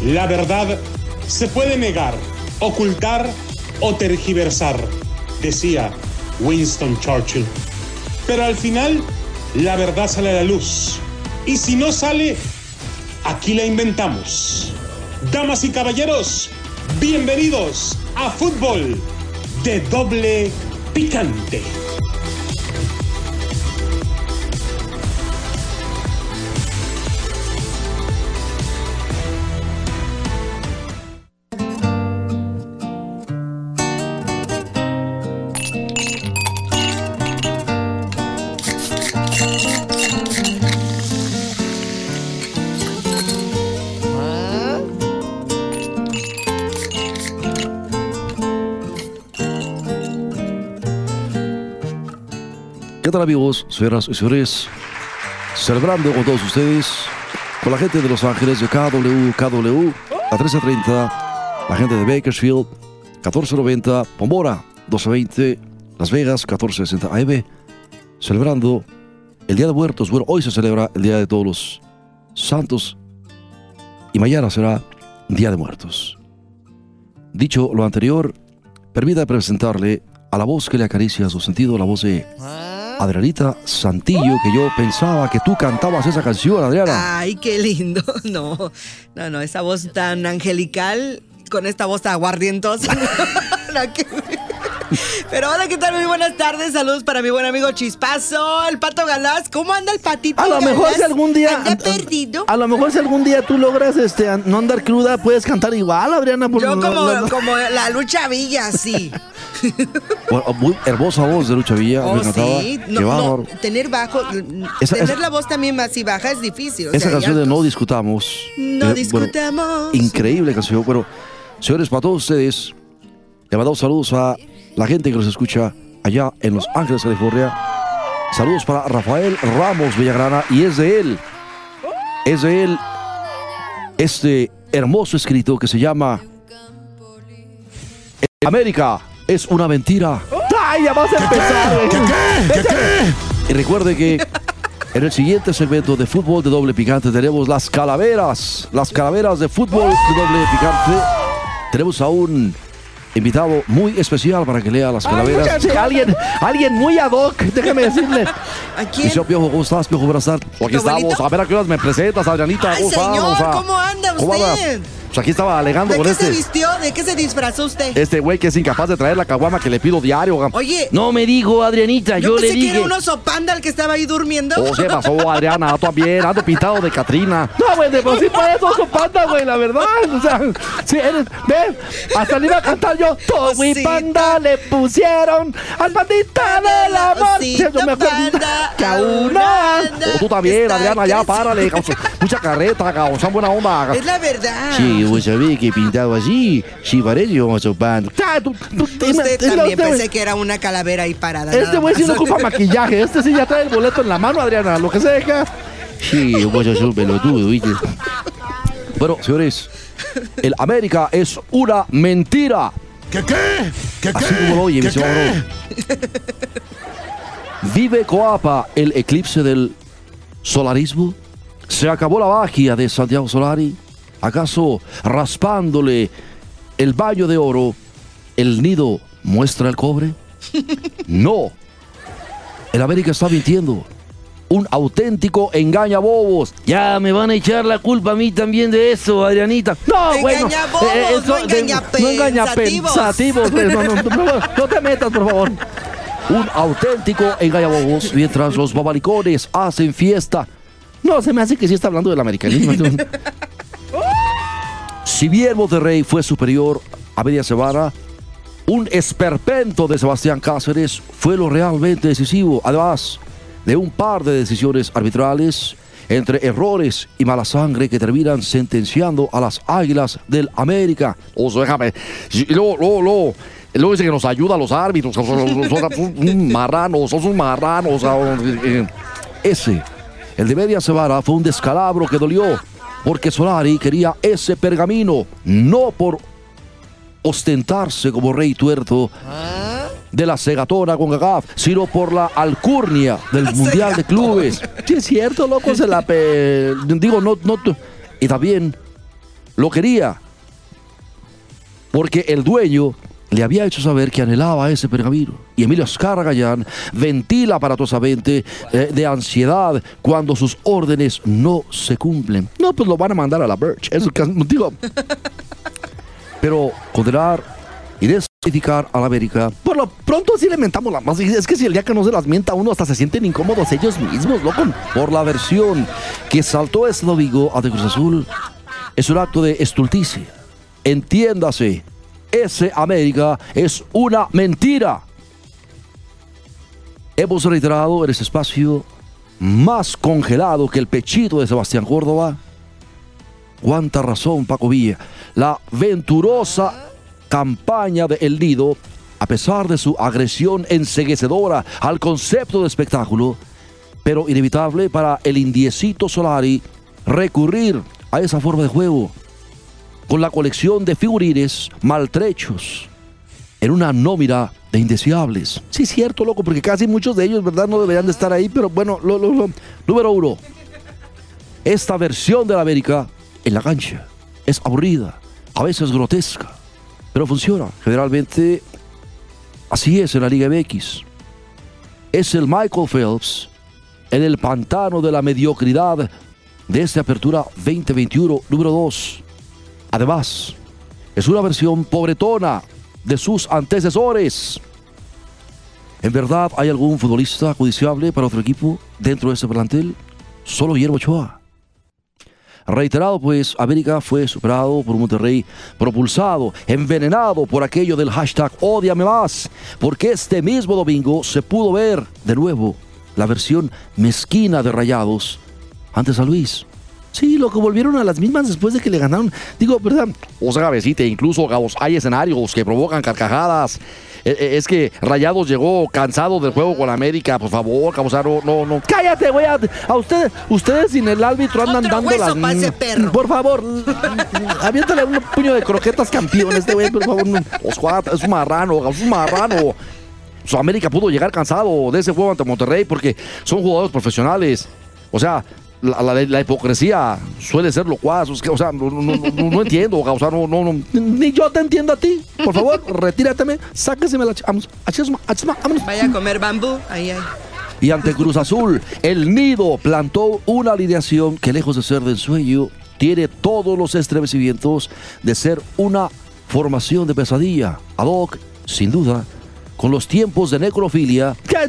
La verdad se puede negar, ocultar o tergiversar, decía Winston Churchill. Pero al final, la verdad sale a la luz. Y si no sale, aquí la inventamos. Damas y caballeros, bienvenidos a Fútbol de Doble Picante. ¿Qué tal, amigos, señoras y señores? Celebrando con todos ustedes, con la gente de Los Ángeles de KW, a 1330, la gente de Bakersfield, 1490, Pomora, 1220, Las Vegas, 1460 AM, celebrando el Día de Muertos. Bueno, hoy se celebra el Día de Todos los Santos y mañana será Día de Muertos. Dicho lo anterior, permita presentarle a la voz que le acaricia su sentido, la voz de Adrianita Santillo, que yo pensaba que tú cantabas esa canción, Adriana. Ay, qué lindo. No, esa voz tan angelical con esta voz aguardientosa. Pero hola, ¿qué tal? Muy buenas tardes, saludos para mi buen amigo Chispazo, el Pato Galás. ¿Cómo anda el patito? A lo mejor si algún día anda perdido. A lo mejor si algún día tú logras no andar cruda, puedes cantar igual, Adriana. Yo como la Lucha Villa, sí. Bueno, muy hermosa voz de Lucha Villa. Oh, sí. No, tener la voz también más y baja es difícil. Esa canción de No Discutamos. No discutamos. Bueno, increíble canción. Bueno, señores, para todos ustedes, le mandamos saludos a la gente que nos escucha allá en Los Ángeles, California. Saludos para Rafael Ramos Villagrana. Y es de él este hermoso escrito que se llama América es una mentira. ¡Ay, ya vas a empezar! ¿Qué? Y recuerde que en el siguiente segmento de Fútbol de Doble Picante tenemos las calaveras de Fútbol de Doble Picante. Tenemos a un invitado muy especial para que lea las calaveras. Sí, alguien muy ad hoc, déjame decirle. ¿A quién? Dice, Piojo, ¿cómo estás, Piojo? Buenas tardes. Aquí estamos. A ver a qué horas me presentas, Adrianita. Ay, señor, ¿cómo anda usted? Pues aquí estaba alegando con este. ¿De qué se vistió? ¿De qué se disfrazó usted? Este güey que es incapaz de traer la caguama que le pido diario. Oye. No me dijo, Adrianita, yo le dije. que era un oso panda el que estaba ahí durmiendo. Oh, se pasó, Adriana, también. Ando pintado de Catrina. No, güey, de por sí pareces oso panda, güey, la verdad. O sea, sí, ven, hasta le iba a cantar yo. Todo y panda le pusieron al pandita del amor. Yo me acuerdo que a una. O tú también, Adriana, ya párale. Mucha carreta, cabrón, buena onda. Es la verdad. Sí, vos sabés que pintado así, sí parece un oso panda. Usted también pensé que era una calavera ahí parada. Este güey sí no ocupa maquillaje. Este sí ya trae el boleto en la mano, Adriana. Lo que se deja. Sí, vos sos un pelotudo, ¿viste? Bueno, señores, el América es una mentira. ¿Qué? Así como lo oye, mi señor. ¿Vive Coapa el eclipse del solarismo? ¿Se acabó la magia de Santiago Solari? ¿Acaso raspándole el baño de oro, el nido muestra el cobre? No. El América está mintiendo. Un auténtico engañabobos. Ya me van a echar la culpa a mí también de eso, Adrianita. No, bueno. No engañapensativos. No te metas, por favor. Un auténtico engañabobos mientras los babalicones hacen fiesta. No, se me hace que sí está hablando del americanismo. Si bien Monterrey fue superior a media semana, un esperpento de Sebastián Cáceres fue lo realmente decisivo, además de un par de decisiones arbitrales, entre errores y mala sangre que terminan sentenciando a las Águilas del América. O sea, déjame, luego dice que nos ayuda a los árbitros, sos un marrano. Ese, el de media semana, fue un descalabro que dolió, porque Solari quería ese pergamino, no por ostentarse como rey tuerto de la Segatona con CONCACAF, sino por la alcurnia del Mundial de Clubes. Sí, es cierto, loco, y también lo quería, porque el dueño le había hecho saber que anhelaba ese pergamino. Y Emilio Azcárraga Gallán ventila aparatosamente de ansiedad cuando sus órdenes no se cumplen. No, pues lo van a mandar a la Birch. Eso que digo. Pero condenar y descalificar a la América, por lo pronto sí le mentamos la más. Es que si el día que no se las mienta uno, hasta se sienten incómodos ellos mismos, loco. Por la versión que saltó este domingo ante Cruz Azul, es un acto de estulticia. Entiéndase, ese América es una mentira. Hemos reiterado en este espacio, más congelado que el pechito de Sebastián Córdoba. Cuánta razón, Paco Villa. La venturosa campaña de El Nido, a pesar de su agresión enceguecedora al concepto de espectáculo, pero inevitable para el indiecito Solari recurrir a esa forma de juego, con la colección de figurines maltrechos en una nómina de indeseables. Sí, cierto, loco, porque casi muchos de ellos, ¿verdad?, no deberían de estar ahí, pero bueno, número uno, esta versión de la América en la cancha es aburrida, a veces grotesca, pero funciona. Generalmente así es en la Liga MX. Es el Michael Phelps en el pantano de la mediocridad de esta apertura 2021, número 2. Además, es una versión pobretona de sus antecesores. ¿En verdad hay algún futbolista codiciable para otro equipo dentro de este plantel? Solo Guillermo Ochoa. Reiterado, pues, América fue superado por Monterrey, propulsado, envenenado por aquello del hashtag Ódiame Más, porque este mismo domingo se pudo ver de nuevo la versión mezquina de Rayados ante San Luis. Sí, lo que volvieron a las mismas después de que le ganaron. Digo, ¿verdad? O sea, Gabecita, incluso hay escenarios que provocan carcajadas. Es que Rayados llegó cansado del juego con América, por favor, o sea, no. ¡Cállate, güey! A ustedes sin el árbitro andan dando las... Por favor, aviéntale un puño de croquetas campeones, güey, por favor. Es un marrano. Su América pudo llegar cansado de ese juego ante Monterrey porque son jugadores profesionales. O sea, la hipocresía suele ser locuaz. O sea, no entiendo. O sea, ni yo te entiendo a ti. Por favor, retírate, sáqueseme la... Vámonos. Vaya a comer bambú. Ahí. Y ante Cruz Azul, El Nido plantó una alineación que, lejos de ser de ensueño, tiene todos los estremecimientos de ser una formación de pesadilla. Ad hoc, sin duda, con los tiempos de necrofilia. ¿Qué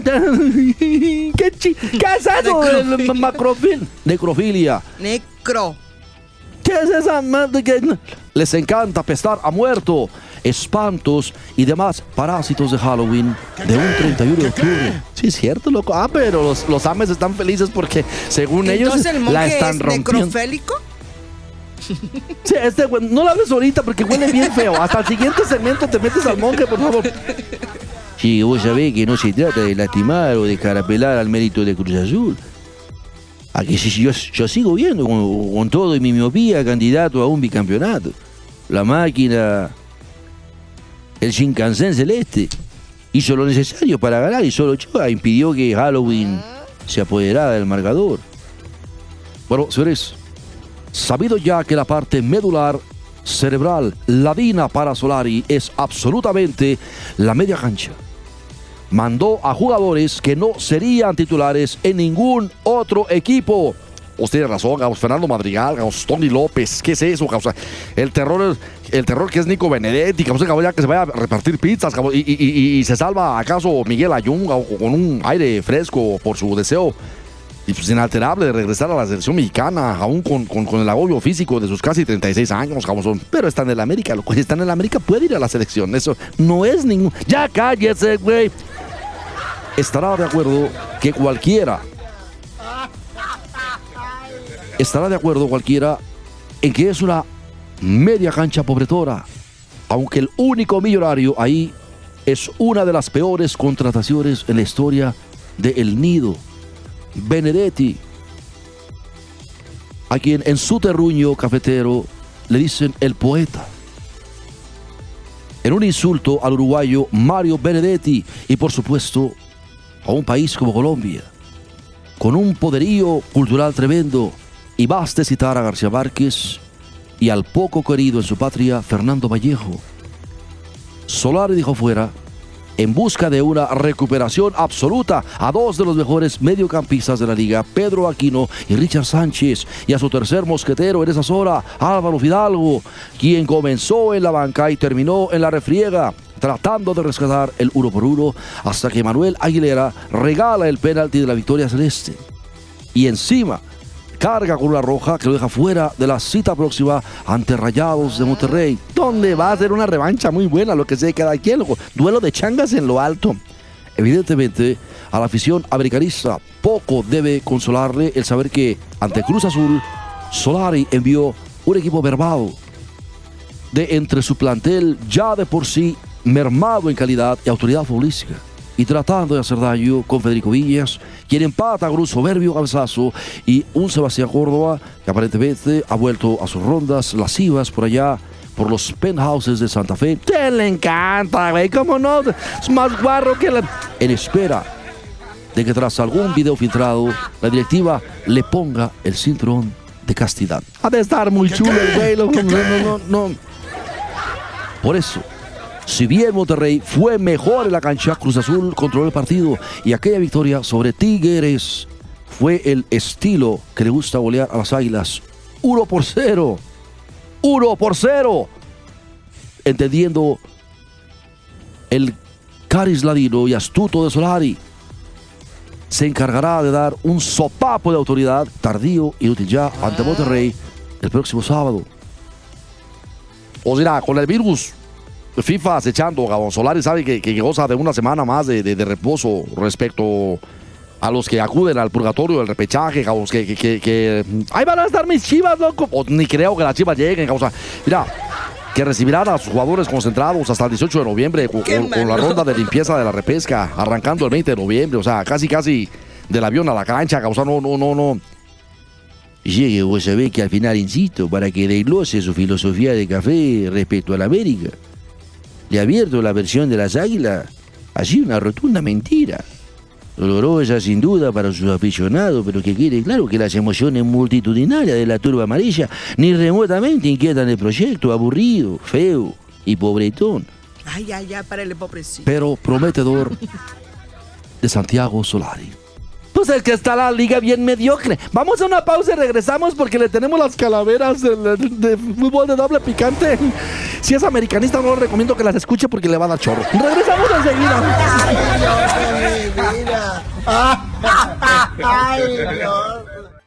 es eso? Necrofilia. ¿Qué es esa madre que les encanta apestar a muerto, espantos y demás parásitos de Halloween de un 31 de octubre? Sí, es cierto, loco. Pero los ames están felices porque, según ellos, la están rompiendo. ¿Necrofélico? Sí, güey, no lo hables ahorita porque huele bien feo. Hasta el siguiente segmento te metes al monje, por favor. Sí, vos sabés que no se trata de lastimar o de carapelar al mérito de Cruz Azul. Aquí yo sigo viendo con todo y mi miopía candidato a un bicampeonato. La máquina, el Shinkansen celeste, hizo lo necesario para ganar y solo Ochoa impidió que Halloween se apoderara del marcador. Bueno, señores, sabido ya que la parte medular cerebral ladina para Solari es absolutamente la media cancha, mandó a jugadores que no serían titulares en ningún otro equipo. Usted tiene razón, Fernando Madrigal, Tony López, ¿qué es eso? El terror que es Nico Benedetti, que se vaya a repartir pizzas, y se salva acaso Miguel Ayun con un aire fresco por su deseo y pues inalterable de regresar a la selección mexicana, aún con el agobio físico de sus casi 36 años, pero está en el América, lo cual está en el América puede ir a la selección, eso no es ningún... ¡Ya cállese, güey! Estará de acuerdo cualquiera en que es una media cancha pobretora, aunque el único millonario ahí es una de las peores contrataciones en la historia de El Nido, Benedetti, a quien en su terruño cafetero le dicen el poeta, en un insulto al uruguayo Mario Benedetti, y por supuesto a un país como Colombia, con un poderío cultural tremendo. Y baste citar a García Márquez y al poco querido en su patria, Fernando Vallejo. Solari dejó fuera, en busca de una recuperación absoluta, a dos de los mejores mediocampistas de la liga, Pedro Aquino y Richard Sánchez, y a su tercer mosquetero en esa horas, Álvaro Fidalgo, quien comenzó en la banca y terminó en la refriega, tratando de rescatar el 1-1, hasta que Manuel Aguilera regala el penalti de la victoria celeste. Y encima, carga con una roja que lo deja fuera de la cita próxima ante Rayados de Monterrey, donde va a ser una revancha muy buena, lo que sea de cada quien, duelo de changas en lo alto. Evidentemente, a la afición americanista poco debe consolarle el saber que ante Cruz Azul, Solari envió un equipo mermado de entre su plantel ya de por sí mermado en calidad y autoridad futbolística, y tratando de hacer daño con Federico Villas, quien empata con un soberbio cabezazo, y un Sebastián Córdoba que aparentemente ha vuelto a sus rondas lascivas por allá, por los penthouses de Santa Fe. ¡Te le encanta, güey! ¿Cómo no? Es más guarro que la... En espera de que tras algún video filtrado, la directiva le ponga el cinturón de castidad. Ha de estar muy chulo el güey. No. Por eso, si bien Monterrey fue mejor en la cancha, Cruz Azul controló el partido, y aquella victoria sobre Tigres fue el estilo que le gusta golear a las Águilas. 1-0. 1-0. Entendiendo el cariz ladino y astuto de Solari, se encargará de dar un sopapo de autoridad tardío y útil ya ante Monterrey el próximo sábado. O dirá, con el virus FIFA acechando, Gabón, Solari sabe que goza de una semana más de reposo respecto a los que acuden al purgatorio del repechaje, Gabón, que ahí van a estar mis Chivas, loco. O ni creo que las Chivas lleguen, Gabón. Mira, que recibirán a sus jugadores concentrados hasta el 18 de noviembre con la ronda de limpieza de la repesca, arrancando el 20 de noviembre, o sea, casi del avión a la cancha, Gabón, no. Llegue, vos sabés que al final, insisto, para que desglose su filosofía de café respecto a la América, le ha abierto la versión de las Águilas. Ha sido una rotunda mentira. Dolorosa sin duda para sus aficionados, pero que quede claro que las emociones multitudinarias de la turba amarilla ni remotamente inquietan el proyecto aburrido, feo y pobretón. Ay, ya, párale, pobrecito. Pero prometedor de Santiago Solari. Pues es que está la liga bien mediocre. Vamos a una pausa y regresamos porque le tenemos las calaveras de fútbol de doble picante. Si es americanista, no le recomiendo que las escuche porque le va a dar chorro. Regresamos enseguida. ¡Ay, mi vida! ¡Ay, Dios!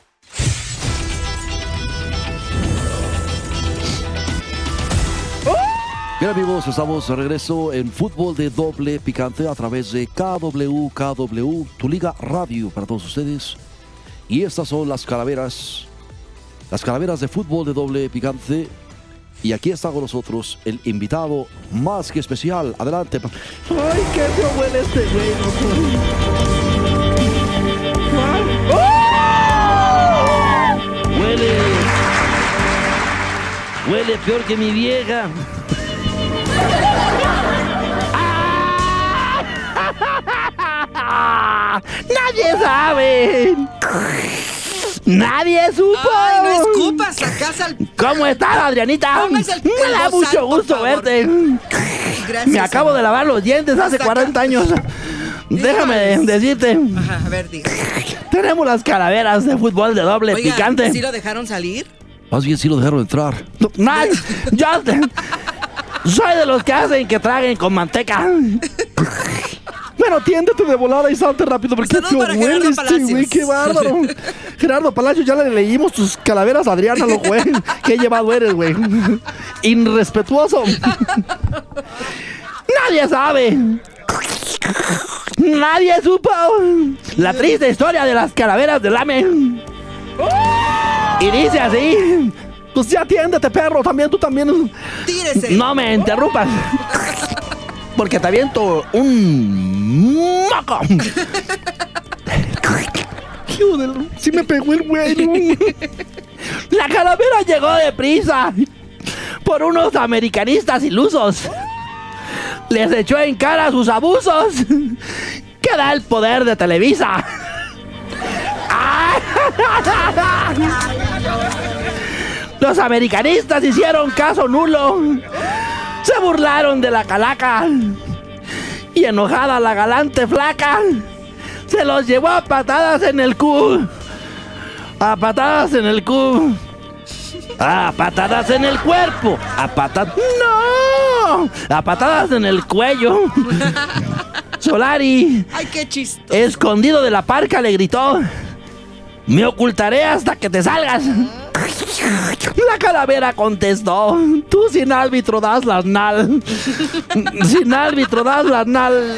Bien, amigos, estamos de regreso en fútbol de doble picante a través de KW, tu liga radio para todos ustedes. Y estas son las calaveras de fútbol de doble picante. Y aquí está con nosotros el invitado más que especial. Adelante. ¡Ay, qué feo huele este güey! Huele peor que mi vieja. ¡Nadie sabe! ¡Nadie supo! ¡Ay, no escupas la casa al... ¿Cómo estás, Adrianita? Póngase el Me da mucho bozal, por gusto favor. verte. Gracias. Me acabo de lavar los dientes hace Hasta 40 acá. años. Déjame decirte. Ajá, a ver, diga. Tenemos las calaveras de fútbol de doble Oiga, picante. ¿sí lo dejaron salir? Más bien sí lo dejaron entrar. Soy de los que hacen que traguen con manteca. Bueno, tiéndete de volada y salte rápido porque Saludos para Gerardo güey, Palacios. qué bárbaro. Gerardo Palacios, ya le leímos tus calaveras a Adriana, lo güey. Qué llevado eres, güey. Irrespetuoso. Nadie sabe. Nadie supo la triste historia de las calaveras del AME. Y dice así. Pues ya atiéndete, perro, también tú también. Tírese. No me interrumpas. Porque te aviento un moco. Joder, sí me pegó el güey. La calavera llegó deprisa por unos americanistas ilusos. Les echó en cara sus abusos que da el poder de Televisa. Los americanistas hicieron caso nulo. Se burlaron de la calaca. Y enojada la galante flaca se los llevó a patadas en el cu. A patadas en el cu. A patadas en el cuerpo. A patadas... ¡No! A patadas en el cuello. Solari, Ay, qué chistoso. escondido de la parca, le gritó: me ocultaré hasta que te salgas. La calavera contestó: tú sin árbitro das las nal. Sin árbitro das las nal.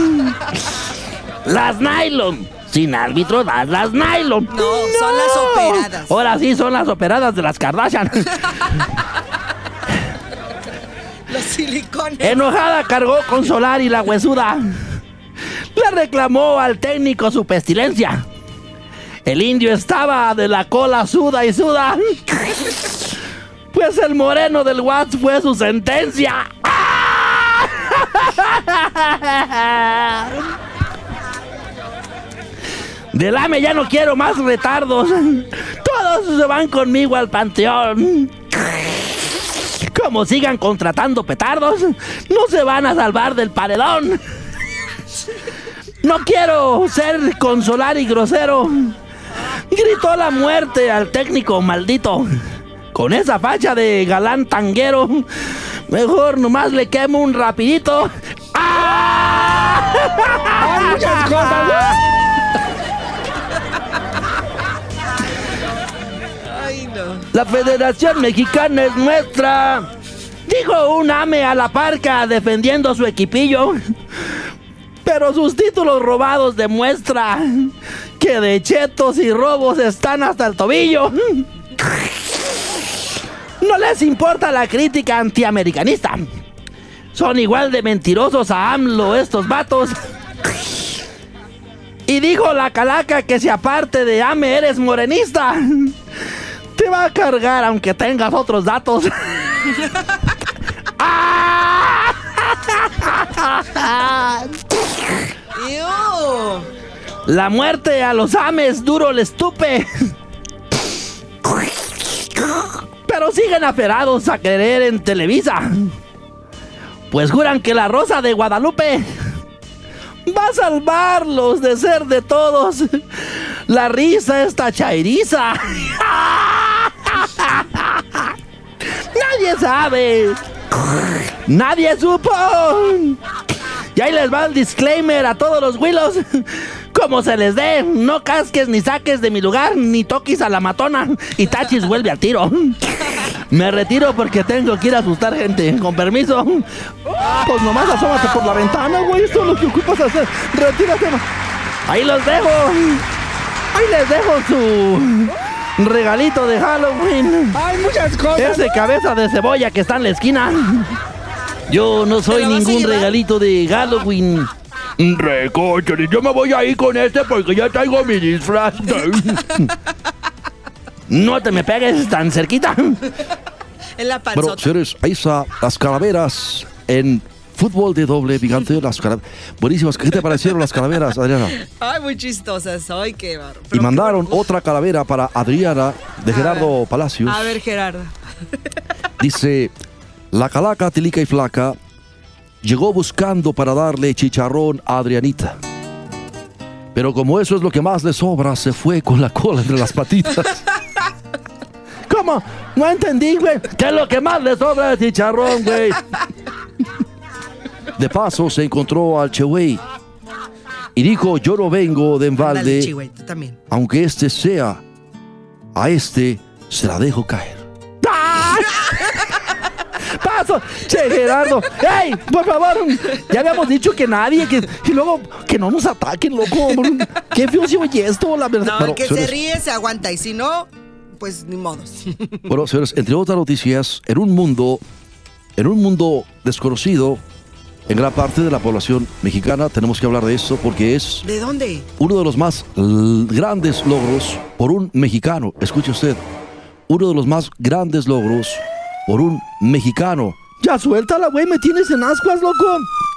Las nylon. Sin árbitro das las nylon. No, son las operadas. Ahora sí son las operadas de las Kardashian. Los silicones. Enojada cargó con Solari la huesuda. Le reclamó al técnico su pestilencia. El indio estaba de la cola suda y suda. Pues el moreno del Watts fue su sentencia. Del AME ya no quiero más retardos. Todos se van conmigo al panteón. Como sigan contratando petardos, no se van a salvar del paredón. No quiero ser consolar y grosero. Gritó la muerte al técnico maldito. Con esa facha de galán tanguero, mejor nomás le quemo un rapidito. ¡Ah! ¡Hay muchas cosas! Ay, no. La Federación Mexicana es nuestra, dijo un AME a la parca defendiendo su equipillo. Pero sus títulos robados demuestran que de chetos y robos están hasta el tobillo. No les importa la crítica antiamericanista. Son igual de mentirosos a AMLO estos vatos. Y dijo la calaca que si aparte de AME eres morenista, te va a cargar aunque tengas otros datos. ¡Ew! La muerte a los AMEs duro les tupe. Pero siguen aferrados a querer en Televisa. Pues juran que la Rosa de Guadalupe va a salvarlos de ser de todos la risa esta chairiza. Nadie sabe. Nadie supo. Y ahí les va el disclaimer a todos los güilos. Como se les dé, no casques ni saques de mi lugar, ni toques a la matona. Y Tachis vuelve al tiro. Me retiro porque tengo que ir a asustar gente. Con permiso. Pues nomás asómate por la ventana, güey. Esto es lo que ocupas hacer. Retírate. Ahí los dejo. Ahí les dejo su regalito de Halloween. Hay muchas cosas. Ese cabeza de cebolla que está en la esquina. Yo no soy ¿Te lo vas a ningún llevar? regalito de Halloween. Recóchale, yo me voy a ir con este porque ya traigo mi disfraz. No te me pegues tan cerquita. En la Bueno, panzota. señores, ahí está las calaveras en fútbol de doble gigante. Las buenísimas. ¿Qué te parecieron las calaveras, Adriana? Ay, muy chistosas. Ay, qué barro. Y mandaron otra calavera para Adriana de Gerardo Palacios. A ver, Gerardo. Dice: la calaca, tilica y flaca llegó buscando para darle chicharrón a Adrianita. Pero como eso es lo que más le sobra, se fue con la cola entre las patitas. ¿Cómo? No entendí, güey. ¿Qué es lo que más le sobra de chicharrón, güey? De paso se encontró al Chewey y dijo: yo no vengo de Dale, embalde, Chihuey, tú también. aunque este sea, a este se la dejo caer. ¡Paso! ¡Che, Gerardo! ¡Ey! Por favor, ya habíamos dicho que nadie, y luego que no nos ataquen, loco. ¡Qué feo se oye esto, la verdad! No, Bueno, el que se señores. ríe se aguanta. Y si no, pues ni modos. Bueno, señores, entre otras noticias, en un mundo desconocido en gran parte de la población mexicana, tenemos que hablar de esto porque es ¿De dónde? uno de los más grandes logros por un mexicano. Escuche usted, uno de los más grandes logros por un mexicano. Ya suéltala, güey, me tienes en ascuas, loco.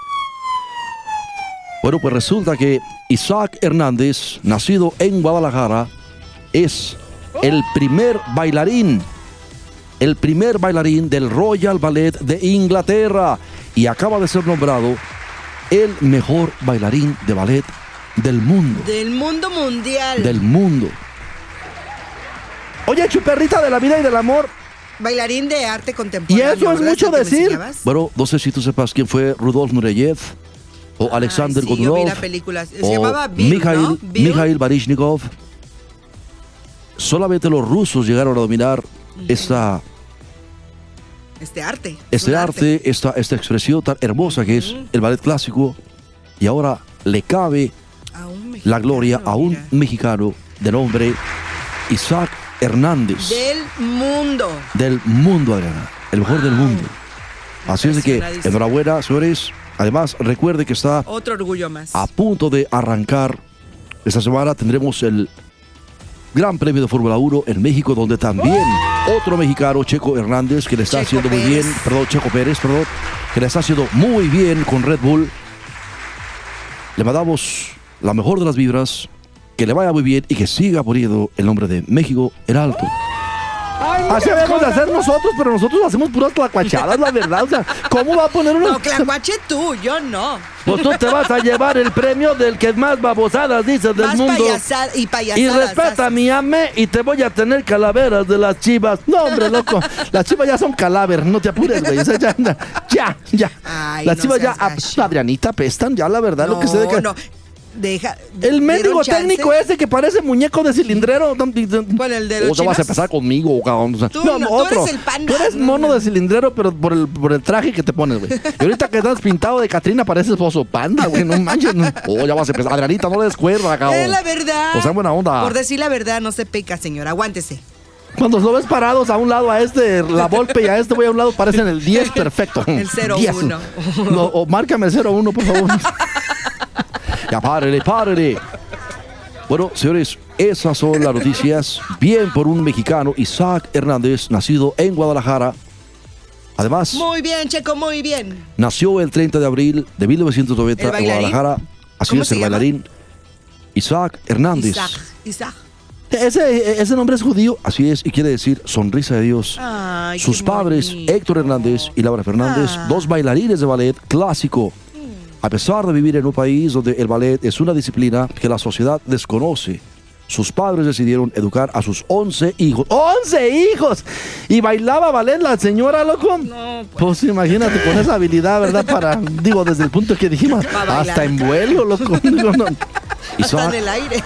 Bueno, pues resulta que Isaac Hernández, nacido en Guadalajara, es el primer bailarín el primer bailarín del Royal Ballet de Inglaterra y acaba de ser nombrado el mejor bailarín de ballet del mundo. Del mundo mundial. Del mundo. Oye, Chuperrita de la vida y del amor. Bailarín de arte contemporáneo. Y eso es ¿verdad? mucho ¿Lo que me decir. enseñabas? Bueno, no sé si tú sepas quién fue Rudolf Nureyev o Alexander Ay, sí, yo vi Godunov la película. Se o llamaba Bill, ¿no? Bill. Mikhail Baryshnikov. Solamente los rusos llegaron a dominar Este arte. Es este un arte, esta expresión tan hermosa que es el ballet clásico, y ahora le cabe A un mexicano, la gloria a un mira. mexicano de nombre Isaac Hernández. Del mundo. Adriana, el mejor del mundo. Así es de que Impresionadísimo. enhorabuena, señores. Además, recuerde que está Otro orgullo más. a punto de arrancar. Esta semana tendremos el Gran Premio de Fórmula 1 en México, donde también otro mexicano, Checo Hernández, que le está Checo haciendo muy Pérez. bien, Checo Pérez, que le está haciendo muy bien con Red Bull. Le mandamos la mejor de las vibras, que le vaya muy bien y que siga poniendo el nombre de México en alto. Así debemos de hacer nosotros, pero nosotros hacemos puras tlacuachadas, la verdad. O sea, ¿cómo va a poner una...? No, clacuache tú, yo no. Pues tú te vas a llevar el premio del que más babosadas dices del Más mundo. payasadas. Y respeta a mi ame y te voy a tener calaveras de las Chivas. No, hombre, loco. Las Chivas ya son caláver, no te apures, güey. O sea, ya. Ay, Las no Chivas ya, seas gacho. Adrianita, apestan ya, la verdad, lo que se deja. No. Deja. El mendigo ¿dieron chance? técnico ese que parece muñeco de cilindrero. ¿Cuál, el de los O sea, vas a chinos? empezar conmigo, cabrón. O sea, Tú no, tú eres el panda. Tú eres mono de cilindrero, pero por el traje que te pones, güey. Y ahorita que estás pintado de Catrina pareces oso panda, güey. No manches. No. oh, ya vas a empezar. Adrianita, no le des cuerda, cabrón. Es la verdad. O sea, buena onda. Por decir la verdad, no se peca, señor. Aguántese. Cuando lo ves parados a un lado a este, la Volpe y a este voy a un lado, parecen el 10 perfecto. El 0-1. No, o márcame el 0-1, por favor. Ya párele. Bueno, señores, esas son las noticias. Bien por un mexicano, Isaac Hernández, nacido en Guadalajara. Además, Muy bien, Checo, muy bien. nació el 30 de abril de 1990 ¿El en bailarín? Guadalajara. Así ¿Cómo es, se el llama? bailarín Isaac Hernández. Isaac. Ese nombre es judío. Así es, y quiere decir sonrisa de Dios. Ay, Sus qué padres, bonito. Héctor Hernández y Laura Fernández, Ah. dos bailarines de ballet clásico. A pesar de vivir en un país donde el ballet es una disciplina que la sociedad desconoce, sus padres decidieron educar a sus 11 hijos. ¡11 hijos! ¿Y bailaba ballet la señora, loco? No, Pues imagínate con esa habilidad, ¿verdad? Digo, desde el punto que dijimos, Va a bailar. hasta en vuelo, loco. Digo, no. hasta Isaac, en el aire.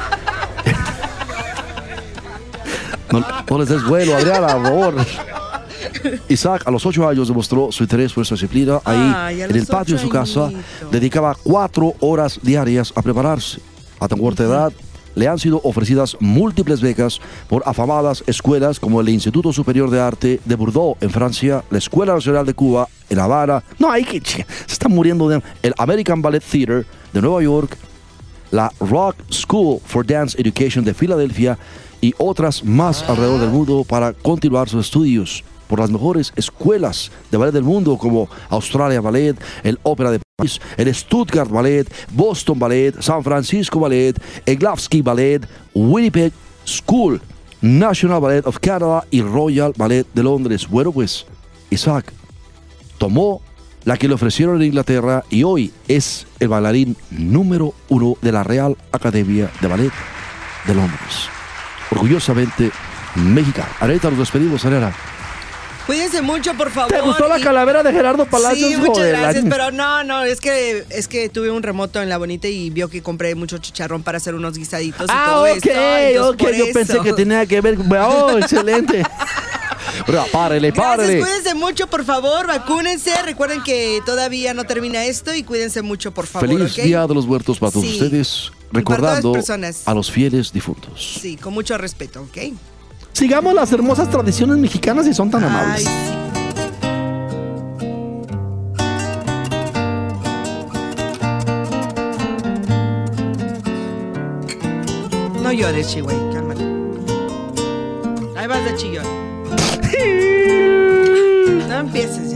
no les des vuelo, Adriana, por favor. Isaac a los 8 años demostró su interés por esta disciplina. Ahí, Ay, a en el los patio de su 8 casa, añitos. dedicaba 4 horas diarias a prepararse. A tan corta edad, le han sido ofrecidas múltiples becas por afamadas escuelas como el Instituto Superior de Arte de Bordeaux en Francia, la Escuela Nacional de Cuba en La Habana, No, hay que... Se está muriendo de... el American Ballet Theater de Nueva York, la Rock School for Dance Education de Filadelfia y otras más alrededor del mundo para continuar sus estudios por las mejores escuelas de ballet del mundo como Australia Ballet, el Ópera de París, el Stuttgart Ballet, Boston Ballet, San Francisco Ballet, Eglavsky Ballet, Winnipeg School, National Ballet of Canada y Royal Ballet de Londres. Bueno, pues Isaac tomó la que le ofrecieron en Inglaterra y hoy es el bailarín número 1 de la Real Academia de Ballet de Londres. Orgullosamente mexicano. Ahorita nos despedimos, Ariana. Cuídense mucho, por favor. ¿Te gustó la y- calavera de Gerardo Palacios? Sí, muchas Joder, gracias, la- pero no, es que tuve un remoto en La Bonita y vio que compré mucho chicharrón para hacer unos guisaditos y todo ok, esto. Entonces, por yo pensé eso. que tenía que ver... Oh, excelente. Ahora, párele. Gracias, cuídense mucho, por favor, vacúnense. Recuerden que todavía no termina esto y cuídense mucho, por favor. Feliz ¿ok? Día de los Muertos para todos Sí. ustedes, Y para recordando todas las personas. a los fieles difuntos. Sí, con mucho respeto, ¿ok? Sigamos las hermosas tradiciones mexicanas y son tan amables. Ay, sí. No llores, Chihuahua, cálmate. Ahí vas de chillón. No empieces